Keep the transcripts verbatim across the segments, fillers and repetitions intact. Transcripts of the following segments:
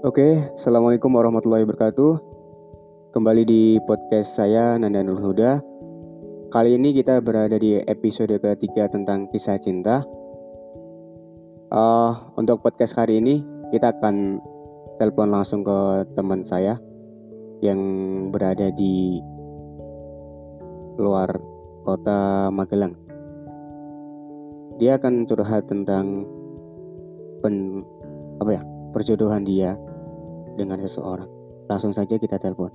Oke, Assalamualaikum warahmatullahi wabarakatuh. Kembali di podcast saya, Nanda Nur Huda. Kali ini kita berada di episode ketiga tentang kisah cinta. Uh, untuk podcast hari ini, kita akan telepon langsung ke teman saya yang berada di luar kota Magelang. Dia akan curhat tentang pen, apa ya, perjodohan dia dengan seseorang. Langsung saja kita telepon.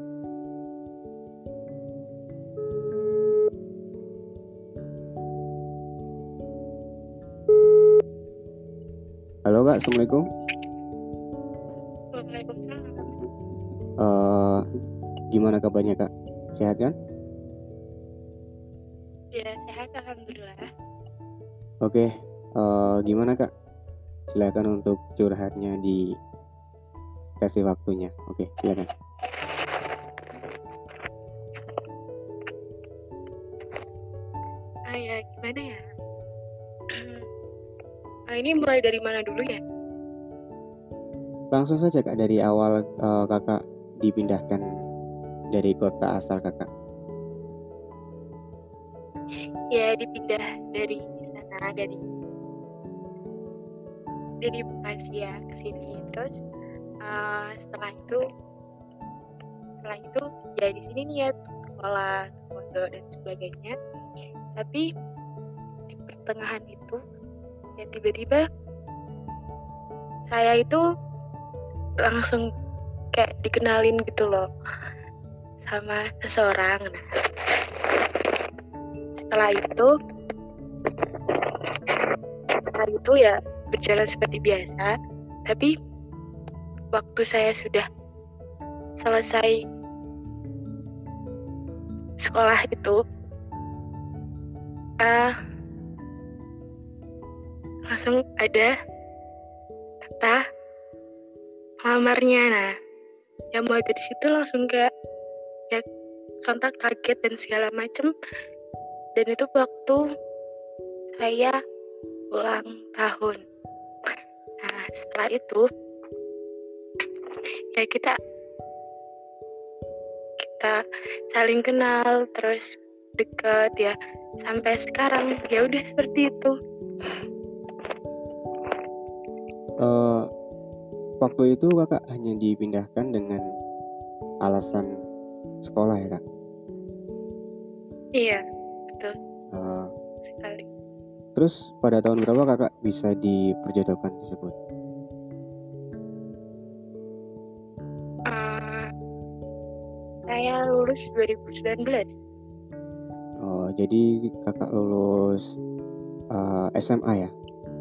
Halo Kak, Assalamualaikum. Waalaikumsalam. Uh, gimana kabarnya Kak? Sehat kan? Ya, sehat alhamdulillah. Oke, uh, gimana Kak? Silakan untuk curhatnya di kasih waktunya. Oke, silakan. Ah ya, gimana ya? Nah, ini mulai dari mana dulu ya? Langsung saja Kak, dari awal uh, Kakak dipindahkan dari kota asal Kakak. Ya, dipindah dari sana, dari dari Bekasi ya ke sini. Terus uh, setelah itu setelah itu ya di sini niat sekolah, pondok dan sebagainya. Tapi di pertengahan itu ya tiba-tiba saya itu langsung kayak dikenalin gitu loh sama seseorang. Nah, setelah itu setelah itu ya berjalan seperti biasa, tapi waktu saya sudah selesai sekolah itu uh, langsung ada kata lamarnya. Nah, ya mulai dari situ langsung kayak ya sontak kaget dan segala macem. Dan itu waktu saya ulang tahun. Nah, setelah itu ya kita kita saling kenal, terus deket ya sampai sekarang. Ya udah seperti itu. Uh, waktu itu Kakak hanya dipindahkan dengan alasan sekolah ya Kak? Iya, betul. Uh, Sekali. Terus pada tahun berapa Kakak bisa diperjodohkan tersebut? Uh, saya lulus dua ribu sembilan belas. Oh, jadi Kakak lulus uh, S M A ya?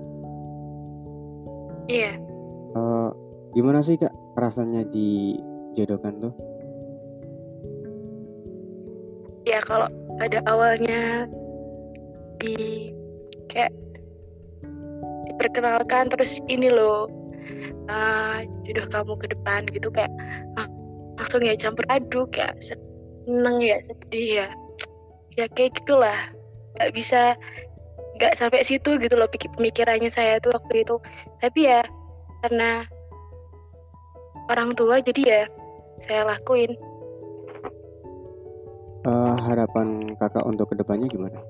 Iya. Uh, gimana sih Kak rasanya dijodohkan tuh? Ya kalau pada awalnya di kayak diperkenalkan terus ini loh uh, jodoh kamu ke depan gitu, kayak uh, langsung ya campur aduk, ya seneng ya sedih ya ya kayak gitulah, nggak bisa nggak sampai situ gitu loh pemikirannya saya tuh waktu itu. Tapi ya karena orang tua jadi ya saya lakuin. Uh, harapan Kakak untuk kedepannya gimana?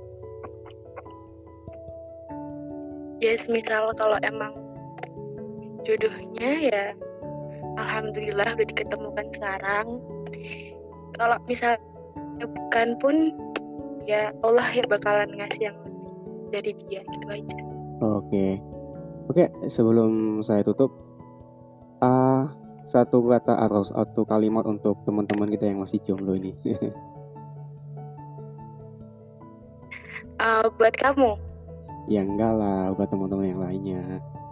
Ya semisal kalau emang jodohnya ya alhamdulillah udah diketemukan sekarang. Kalau misalnya bukan pun ya Allah ya bakalan ngasih yang lebih dari dia, gitu aja. Oke, oke sebelum saya tutup, uh, satu kata atau satu kalimat untuk teman-teman kita yang masih jomblo ini. uh, buat kamu? Ya enggak lah, buat teman-teman yang lainnya.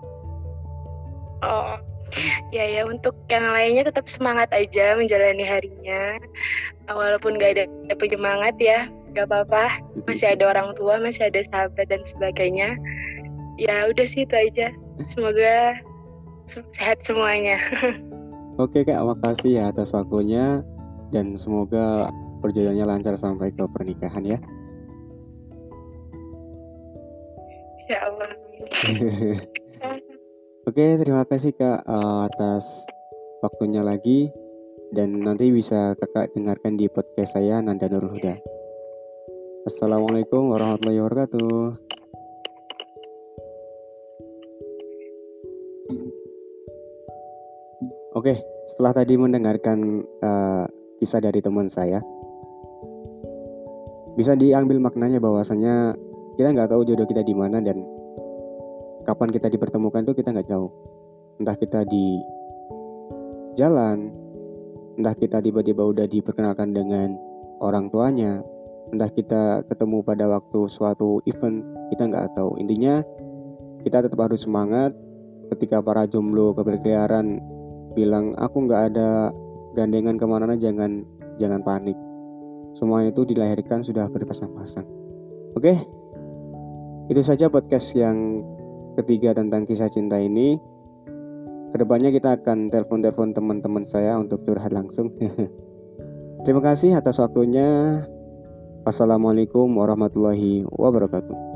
Oh, ya ya untuk yang lainnya tetap semangat aja menjalani harinya. Walaupun gak ada, ada penyemangat ya, gak apa-apa. Masih ada orang tua, masih ada sahabat dan sebagainya. Ya udah sih itu aja. Semoga sehat semuanya. Oke Kak, makasih ya atas waktunya dan semoga perjalanannya lancar sampai ke pernikahan ya. Ya Allah. Oke, terima kasih Kak uh, atas waktunya lagi. Dan nanti bisa Kakak dengarkan di podcast saya Nanda Nurul Huda. Assalamualaikum warahmatullahi wabarakatuh. Oke, setelah tadi mendengarkan uh, kisah dari teman saya, bisa diambil maknanya bahwasanya kita nggak tahu jodoh kita di mana dan kapan kita dipertemukan itu kita nggak tahu. Entah kita di jalan, entah kita tiba-tiba udah diperkenalkan dengan orang tuanya, entah kita ketemu pada waktu suatu event, kita nggak tahu. Intinya kita tetap harus semangat. Ketika para jomblo berkeliaran bilang aku nggak ada gandengan kemana-mana, jangan jangan panik. Semua itu dilahirkan sudah berpasang-pasang. Oke, itu saja podcast yang ketiga tentang kisah cinta ini. Kedepannya kita akan telepon-telepon teman-teman saya untuk curhat langsung. Terima kasih atas waktunya. Wassalamualaikum warahmatullahi wabarakatuh.